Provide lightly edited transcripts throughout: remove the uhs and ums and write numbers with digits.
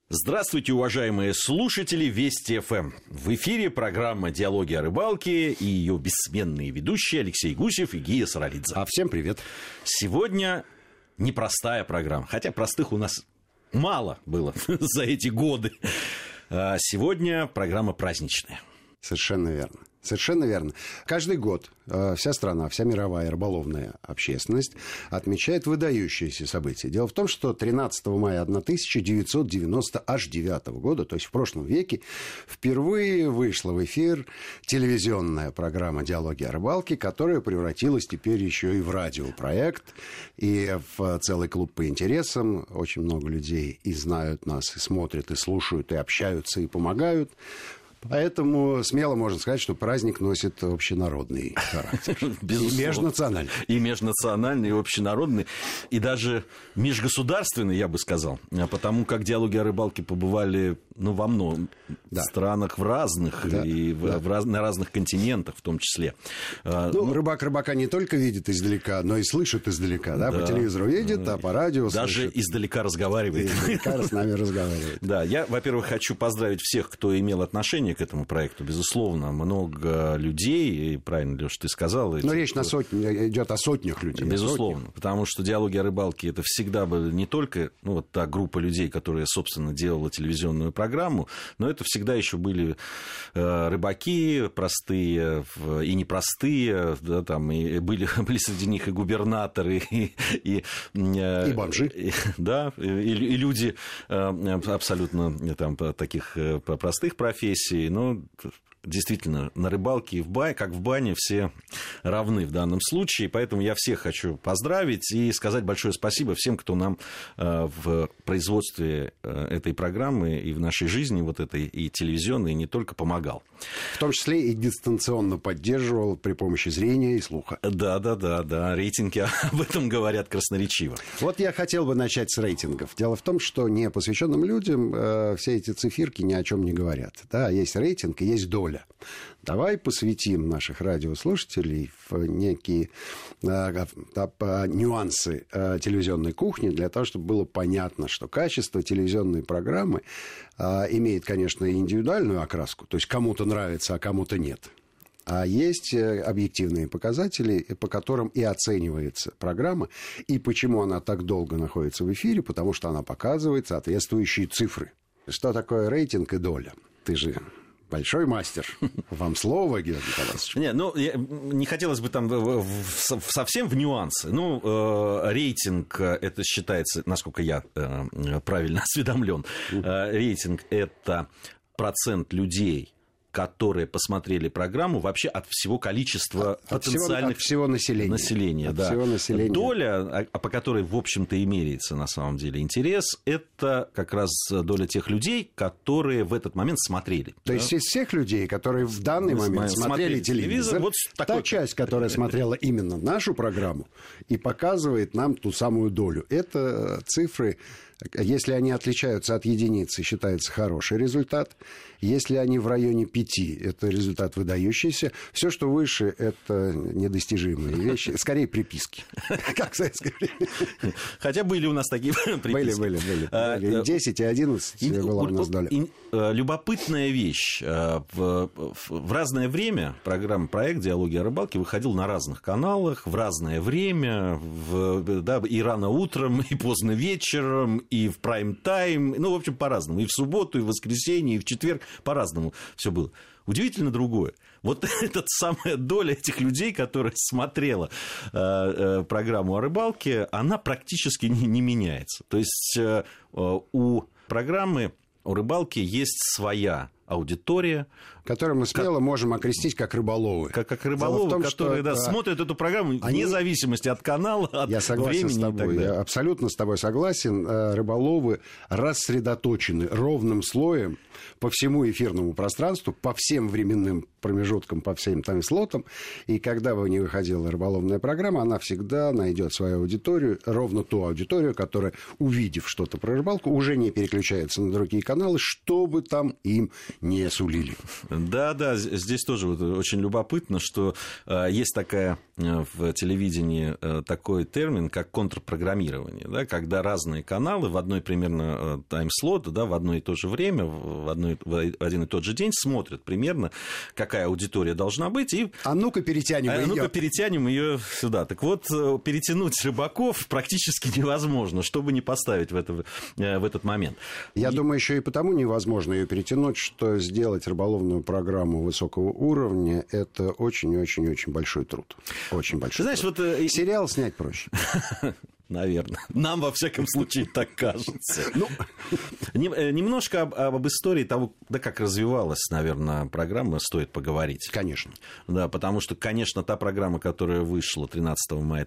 Здравствуйте, уважаемые слушатели Вести ФМ. В эфире программа «Диалоги о рыбалке» и ее бессменные ведущие Алексей Гусев и Гия Саралидзе. А всем привет. Сегодня непростая программа, хотя простых у нас мало было за эти годы. Сегодня программа праздничная. Совершенно верно. Совершенно верно. Каждый год вся страна, вся мировая рыболовная общественность отмечает выдающиеся события. Дело в том, что 13 мая 1999 года, то есть в прошлом веке, впервые вышла в эфир телевизионная программа «Диалоги о рыбалке», которая превратилась теперь еще и в радиопроект, и в целый клуб по интересам. Очень много людей и знают нас, и смотрят, и слушают, и общаются, и помогают. Поэтому смело можно сказать, что праздник носит общенародный характер. Безусловно. И межнациональный. И межнациональный, и общенародный, и даже межгосударственный, я бы сказал. Потому как «Диалоги о рыбалке» побывали во многих странах, в разных, и на разных континентах в том числе. Рыбак рыбака не только видит издалека, но и слышит издалека. Да? По телевизору видит, а по радио даже слышит. издалека разговаривает. Издалека с нами разговаривает. Да, я, во-первых, хочу поздравить всех, кто имел отношение к этому проекту. Безусловно, много людей, и правильно, Лёш, ты сказал. Но речь идет о сотнях людей. Безусловно, потому что «Диалоги о рыбалке» — это всегда были не только та группа людей, которая, собственно, делала телевизионную программу, но это всегда еще были рыбаки, простые и непростые, да, там, и были среди них и губернаторы, и бомжи. И люди абсолютно там, таких простых профессий. Но действительно, на рыбалке и как в бане все равны в данном случае. Поэтому я всех хочу поздравить и сказать большое спасибо всем, кто нам в производстве этой программы и в нашей жизни вот этой и телевизионной, и не только помогал. В том числе и дистанционно поддерживал при помощи зрения и слуха. Да. Рейтинги об этом говорят красноречиво. Вот я хотел бы начать с рейтингов. Дело в том, что непосвященным людям все эти циферки ни о чем не говорят. Да, есть рейтинг и есть доля. Давай посвятим наших радиослушателей в некие нюансы телевизионной кухни для того, чтобы было понятно, что качество телевизионной программы имеет, конечно, и индивидуальную окраску, то есть кому-то нравится, а кому-то нет. А есть объективные показатели, по которым и оценивается программа, и почему она так долго находится в эфире, потому что она показывает соответствующие цифры. Что такое рейтинг и доля? Ты же большой мастер. Вам слово, Георгий Тарасович. Не хотелось бы там совсем в нюансы. Рейтинг, это считается, насколько я правильно осведомлен, рейтинг – это процент людей, которые посмотрели программу вообще от всего количества потенциальных... От всего населения. Да. Всего населения. Доля, по которой, в общем-то, и меряется на самом деле интерес, это как раз доля тех людей, которые в этот момент смотрели. То есть из всех людей, которые в данный момент смотрели телевизор, та часть, которая смотрела именно нашу программу и показывает нам ту самую долю. Это цифры... Если они отличаются от единицы, считается хороший результат. Если они в районе 5, это результат выдающийся. Все, что выше, это недостижимые вещи. Скорее, приписки. Как в советское время. Хотя были у нас такие приписки. Были. 10 и 11 была у нас доля. Любопытная вещь. В разное время проект «Диалоги о рыбалке» выходил на разных каналах, в разное время, и рано утром, и поздно вечером, и в прайм-тайм, в общем, по-разному. И в субботу, и в воскресенье, и в четверг по-разному все было. Удивительно другое. Вот эта самая доля этих людей, которая смотрела программу о рыбалке, она практически не меняется. То есть у программы о рыбалке есть своя аудитория, которую мы смело можем окрестить как рыболовы. Как рыболовы, которые смотрят эту программу вне зависимости от канала, от Я согласен времени с тобой. Я абсолютно с тобой согласен. Рыболовы рассредоточены ровным слоем по всему эфирному пространству, по всем временным промежуткам, по всем тайм-слотам. И когда бы ни выходила рыболовная программа, она всегда найдет свою аудиторию, ровно ту аудиторию, которая, увидев что-то про рыбалку, уже не переключается на другие каналы, что бы там им не сулили. Да, здесь тоже вот очень любопытно, что есть такая в телевидении такой термин, как контрпрограммирование, да, когда разные каналы в одной примерно тайм-слот, да, в одно и то же время, в один и тот же день смотрят примерно, какая аудитория должна быть. И... А ну-ка перетянем ее сюда. Так вот, перетянуть рыбаков практически невозможно, чтобы не поставить в этот момент. Я думаю, еще и потому невозможно ее перетянуть, что сделать рыболовную программу высокого уровня – это очень-очень-очень большой труд. Очень большой. Знаешь, труд. Вот... Сериал снять проще. Наверное. Нам, во всяком случае, так кажется. Немножко об истории того, да, как развивалась, наверное, программа, стоит поговорить. Конечно. Да, потому что, конечно, та программа, которая вышла 13 мая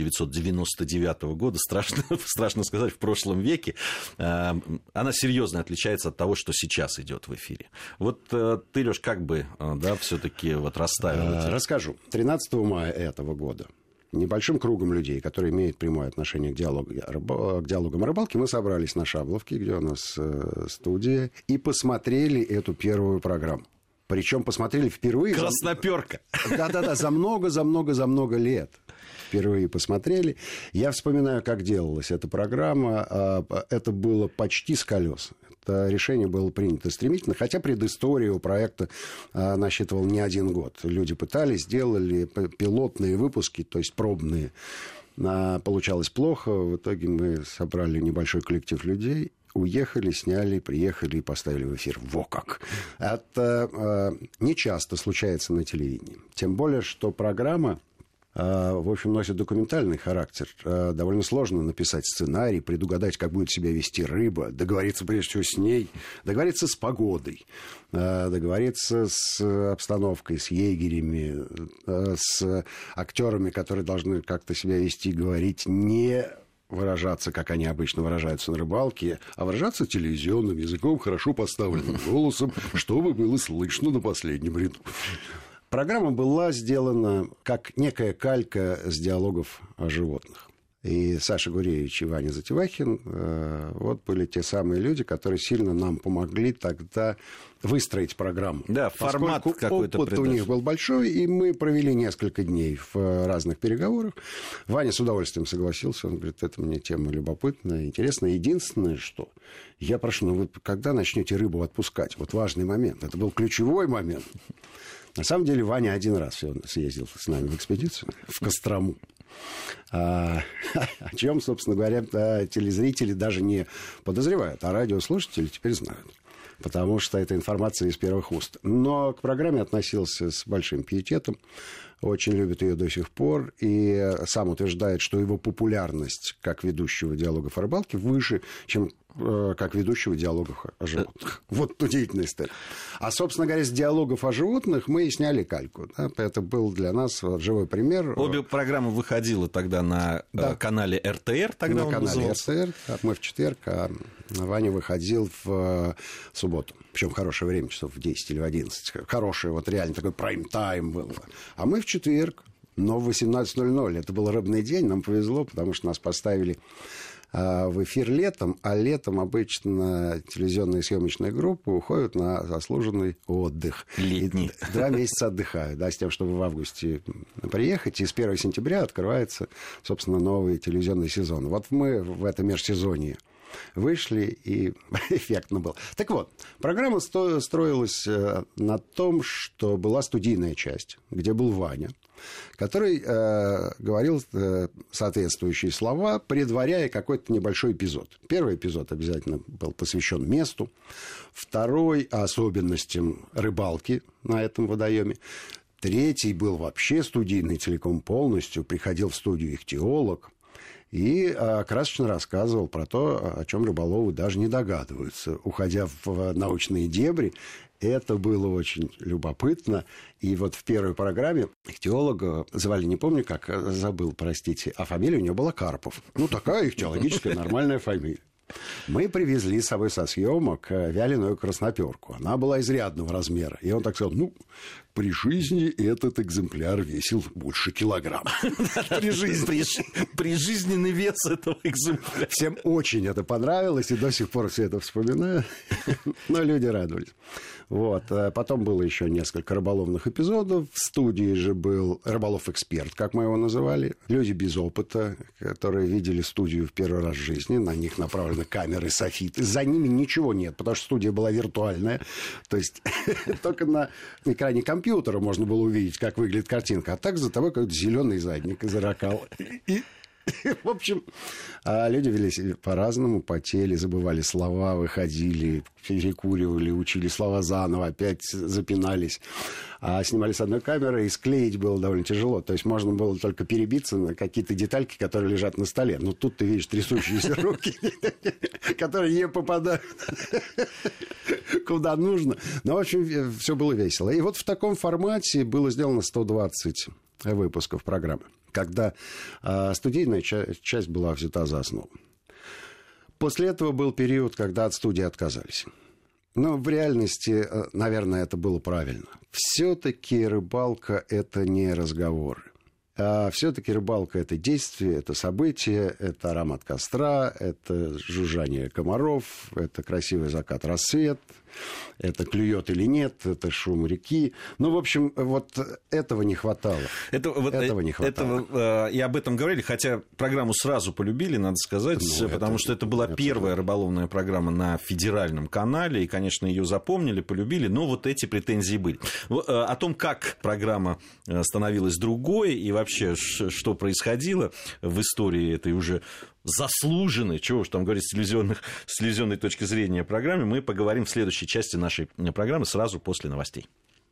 1999 года, страшно сказать, в прошлом веке, она серьезно отличается от того, что сейчас идет в эфире. Вот ты, Лёш, как бы, да, все-таки вот расставил? Расскажу. 13 мая этого года небольшим кругом людей, которые имеют прямое отношение к диалогам о рыбалке, мы собрались на Шабловке, где у нас студия, и посмотрели эту первую программу. Причем посмотрели впервые... Красноперка. Да-да-да, за много лет. Впервые посмотрели. Я вспоминаю, как делалась эта программа. Это было почти с колес. Это решение было принято стремительно, хотя предыстория у проекта насчитывала не один год. Люди пытались, делали пилотные выпуски, то есть пробные. Получалось плохо. В итоге мы собрали небольшой коллектив людей, уехали, сняли, приехали и поставили в эфир. Во как! Это не часто случается на телевидении. Тем более, что программа, в общем, носит документальный характер. Довольно сложно написать сценарий, предугадать, как будет себя вести рыба, договориться прежде всего с ней, договориться с погодой, договориться с обстановкой, с егерями, с актерами, которые должны как-то себя вести, говорить, не выражаться, как они обычно выражаются на рыбалке, а выражаться телевизионным языком, хорошо поставленным голосом, чтобы было слышно на последнем ряду. Программа была сделана как некая калька с диалогов о животных. И Саша Гуревич и Ваня Затевахин вот были те самые люди, которые сильно нам помогли тогда выстроить программу. Да, формат какой-то. Опыт у них был большой, и мы провели несколько дней в разных переговорах. Ваня с удовольствием согласился. Он говорит, это мне тема любопытная, интересная. Единственное, что я прошу, вы когда начнете рыбу отпускать? Вот важный момент. Это был ключевой момент. На самом деле, Ваня один раз съездил с нами в экспедицию в Кострому. О чем, собственно говоря, телезрители даже не подозревают, а радиослушатели теперь знают. Потому что это информация из первых уст. Но к программе относился с большим пиететом. Очень любит ее до сих пор. И сам утверждает, что его популярность как ведущего диалогов о рыбалке выше, чем как ведущего диалогов о животных. Вот удивительная история. А, собственно говоря, с диалогов о животных мы и сняли кальку. Да? Это был для нас живой пример. Обе программы выходила тогда на канале РТР. Тогда на канале РТР. Мы в четверг, а Ваня выходил в субботу. Причем хорошее время, часов в 10 или в 11. Хорошее, вот реально такой прайм-тайм был. А мы в четверг, но в 18:00. Это был рыбный день, нам повезло, потому что нас поставили в эфир летом, а летом обычно телевизионные съемочные группы уходят на заслуженный отдых. Летний. И 2 месяца отдыхают, да, с тем, чтобы в августе приехать, и с 1 сентября открывается, собственно, новый телевизионный сезон. Вот мы в это межсезонье вышли, и эффектно было. Так вот, программа строилась на том, что была студийная часть, где был Ваня, который говорил соответствующие слова, предваряя какой-то небольшой эпизод. Первый эпизод обязательно был посвящен месту, второй – особенностям рыбалки на этом водоеме, третий был вообще студийный целиком полностью, приходил в студию ихтиолог и красочно рассказывал про то, о чем рыболовы даже не догадываются, уходя в научные дебри. Это было очень любопытно. И вот в первой программе ихтиолога звали, не помню как, забыл, простите, а фамилия у него была Карпов. Ну, такая ихтиологическая нормальная фамилия. Мы привезли с собой со съемок вяленую красноперку. Она была изрядного размера. И он так сказал, при жизни этот экземпляр весил больше килограмма. Прижизненный вес этого экземпляра. Всем очень это понравилось, и до сих пор все это вспоминаю. Но люди радовались. Вот. Потом было еще несколько рыболовных эпизодов. В студии же был рыболов-эксперт, как мы его называли. Люди без опыта, которые видели студию в первый раз в жизни. На них направлены камеры, софиты. За ними ничего нет, потому что студия была виртуальная. То есть только на экране компьютера можно было увидеть, как выглядит картинка. А так за тобой какой-то зеленый задник заракал. В общем, люди вели себя по-разному, потели, забывали слова, выходили, перекуривали, учили слова заново, опять запинались. А снимали с одной камеры, и склеить было довольно тяжело. То есть можно было только перебиться на какие-то детальки, которые лежат на столе. Но тут ты видишь трясущиеся руки, которые не попадают куда нужно. Но, в общем, все было весело. И вот в таком формате было сделано 120 выпусков программы, когда студийная часть была взята за основу. После этого был период, когда от студии отказались. Но в реальности, наверное, это было правильно. Все-таки рыбалка – это не разговоры. А все-таки рыбалка – это действие, это событие, это аромат костра, это жужжание комаров, это красивый закат-рассвет, это клюет или нет, это шум реки. Ну, в общем, вот этого не хватало. Этого не хватало. И об этом говорили, хотя программу сразу полюбили, надо сказать, потому что это была первая рыболовная программа на федеральном канале, и, конечно, ее запомнили, полюбили, но вот эти претензии были. О том, как программа становилась другой, и вообще, что происходило в истории этой уже заслуженной, чего уж там говорить, с телевизионной точки зрения программы, мы поговорим в следующей части нашей программы сразу после новостей.